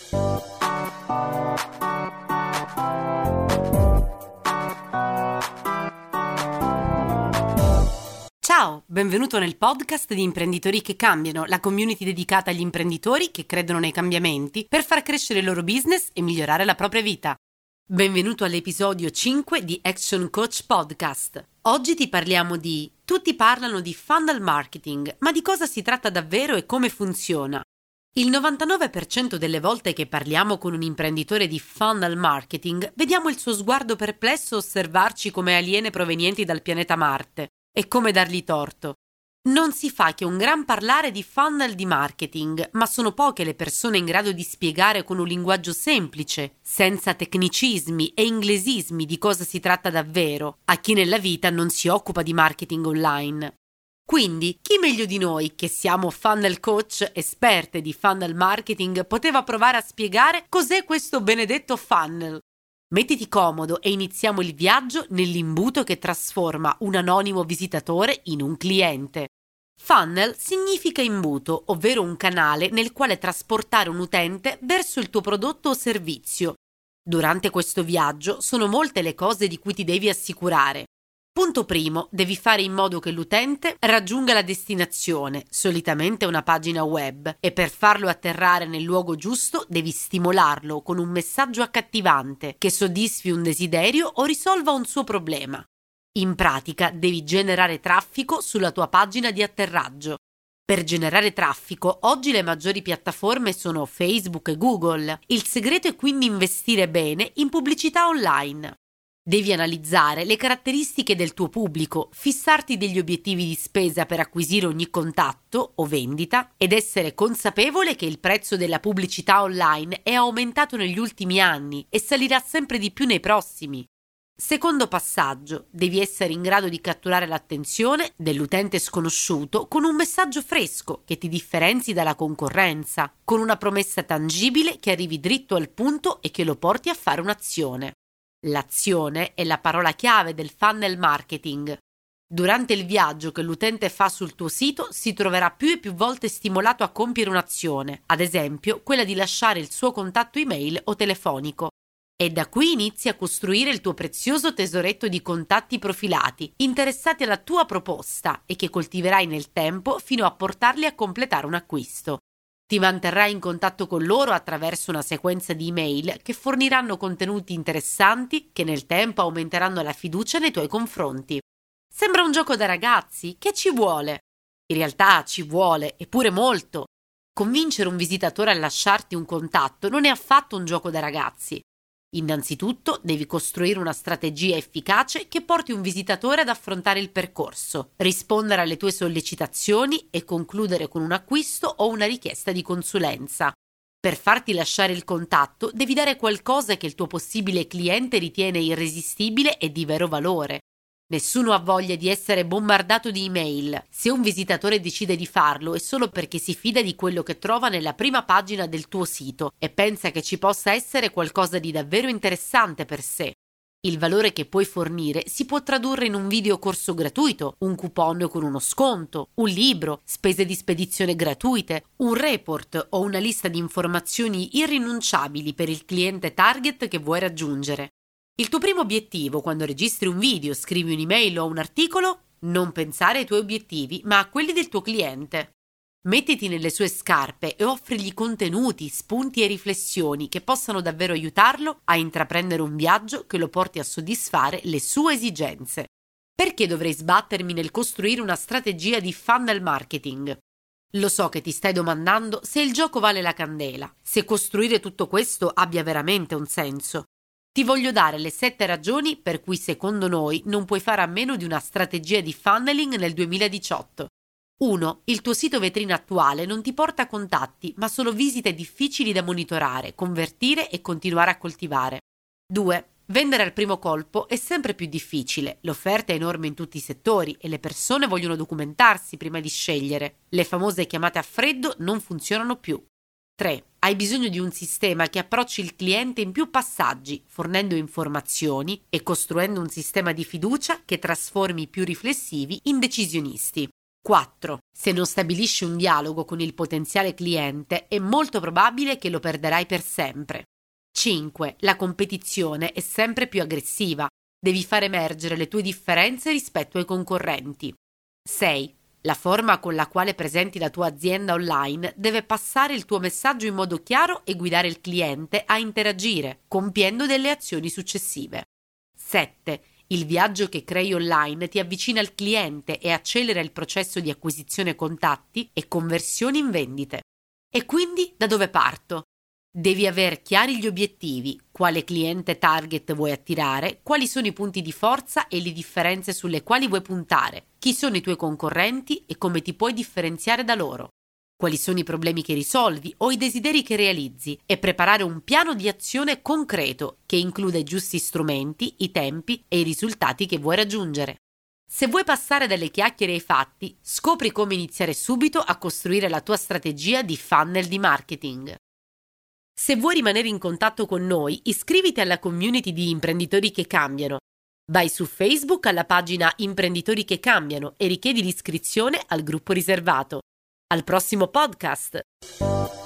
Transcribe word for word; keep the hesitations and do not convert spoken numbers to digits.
Ciao, benvenuto nel podcast di Imprenditori che Cambiano, la community dedicata agli imprenditori che credono nei cambiamenti per far crescere il loro business e migliorare la propria vita. Benvenuto all'episodio cinque di Action Coach Podcast. Oggi ti parliamo di tutti parlano di funnel marketing, ma di cosa si tratta davvero e come funziona? Il novantanove per cento delle volte che parliamo con un imprenditore di funnel marketing, vediamo il suo sguardo perplesso osservarci come aliene provenienti dal pianeta Marte. E come dargli torto. Non si fa che un gran parlare di funnel di marketing, ma sono poche le persone in grado di spiegare con un linguaggio semplice, senza tecnicismi e inglesismi di cosa si tratta davvero, a chi nella vita non si occupa di marketing online. Quindi, chi meglio di noi, che siamo funnel coach, esperte di funnel marketing, poteva provare a spiegare cos'è questo benedetto funnel? Mettiti comodo e iniziamo il viaggio nell'imbuto che trasforma un anonimo visitatore in un cliente. Funnel significa imbuto, ovvero un canale nel quale trasportare un utente verso il tuo prodotto o servizio. Durante questo viaggio sono molte le cose di cui ti devi assicurare. Punto primo, devi fare in modo che l'utente raggiunga la destinazione, solitamente una pagina web, e per farlo atterrare nel luogo giusto devi stimolarlo con un messaggio accattivante che soddisfi un desiderio o risolva un suo problema. In pratica devi generare traffico sulla tua pagina di atterraggio. Per generare traffico, oggi le maggiori piattaforme sono Facebook e Google. Il segreto è quindi investire bene in pubblicità online. Devi analizzare le caratteristiche del tuo pubblico, fissarti degli obiettivi di spesa per acquisire ogni contatto o vendita ed essere consapevole che il prezzo della pubblicità online è aumentato negli ultimi anni e salirà sempre di più nei prossimi. Secondo passaggio, devi essere in grado di catturare l'attenzione dell'utente sconosciuto con un messaggio fresco che ti differenzi dalla concorrenza, con una promessa tangibile che arrivi dritto al punto e che lo porti a fare un'azione. L'azione è la parola chiave del funnel marketing. Durante il viaggio che l'utente fa sul tuo sito si troverà più e più volte stimolato a compiere un'azione, ad esempio quella di lasciare il suo contatto email o telefonico. E da qui inizi a costruire il tuo prezioso tesoretto di contatti profilati, interessati alla tua proposta e che coltiverai nel tempo fino a portarli a completare un acquisto. Ti manterrai in contatto con loro attraverso una sequenza di email che forniranno contenuti interessanti che nel tempo aumenteranno la fiducia nei tuoi confronti. Sembra un gioco da ragazzi, che ci vuole? In realtà ci vuole, eppure molto. Convincere un visitatore a lasciarti un contatto non è affatto un gioco da ragazzi. Innanzitutto devi costruire una strategia efficace che porti un visitatore ad affrontare il percorso, rispondere alle tue sollecitazioni e concludere con un acquisto o una richiesta di consulenza. Per farti lasciare il contatto devi dare qualcosa che il tuo possibile cliente ritiene irresistibile e di vero valore. Nessuno ha voglia di essere bombardato di email. Se un visitatore decide di farlo è solo perché si fida di quello che trova nella prima pagina del tuo sito e pensa che ci possa essere qualcosa di davvero interessante per sé. Il valore che puoi fornire si può tradurre in un video corso gratuito, un coupon con uno sconto, un libro, spese di spedizione gratuite, un report o una lista di informazioni irrinunciabili per il cliente target che vuoi raggiungere. Il tuo primo obiettivo quando registri un video, scrivi un'email o un articolo? Non pensare ai tuoi obiettivi, ma a quelli del tuo cliente. Mettiti nelle sue scarpe e offrigli contenuti, spunti e riflessioni che possano davvero aiutarlo a intraprendere un viaggio che lo porti a soddisfare le sue esigenze. Perché dovrei sbattermi nel costruire una strategia di funnel marketing? Lo so che ti stai domandando se il gioco vale la candela, se costruire tutto questo abbia veramente un senso. Ti voglio dare le sette ragioni per cui secondo noi non puoi fare a meno di una strategia di funneling nel duemiladiciotto. uno. Il tuo sito vetrina attuale non ti porta contatti, ma solo visite difficili da monitorare, convertire e continuare a coltivare. due. Vendere al primo colpo è sempre più difficile, l'offerta è enorme in tutti i settori e le persone vogliono documentarsi prima di scegliere. Le famose chiamate a freddo non funzionano più. tre. Hai bisogno di un sistema che approcci il cliente in più passaggi, fornendo informazioni e costruendo un sistema di fiducia che trasformi i più riflessivi in decisionisti. quattro. Se non stabilisci un dialogo con il potenziale cliente, è molto probabile che lo perderai per sempre. cinque. La competizione è sempre più aggressiva. Devi far emergere le tue differenze rispetto ai concorrenti. sei. La forma con la quale presenti la tua azienda online deve passare il tuo messaggio in modo chiaro e guidare il cliente a interagire, compiendo delle azioni successive. sette. Il viaggio che crei online ti avvicina al cliente e accelera il processo di acquisizione contatti e conversioni in vendite. E quindi da dove parto? Devi aver chiari gli obiettivi, quale cliente target vuoi attirare, quali sono i punti di forza e le differenze sulle quali vuoi puntare, chi sono i tuoi concorrenti e come ti puoi differenziare da loro, quali sono i problemi che risolvi o i desideri che realizzi e preparare un piano di azione concreto che includa i giusti strumenti, i tempi e i risultati che vuoi raggiungere. Se vuoi passare dalle chiacchiere ai fatti, scopri come iniziare subito a costruire la tua strategia di funnel di marketing. Se vuoi rimanere in contatto con noi, iscriviti alla community di Imprenditori che Cambiano. Vai su Facebook alla pagina Imprenditori che Cambiano e richiedi l'iscrizione al gruppo riservato. Al prossimo podcast!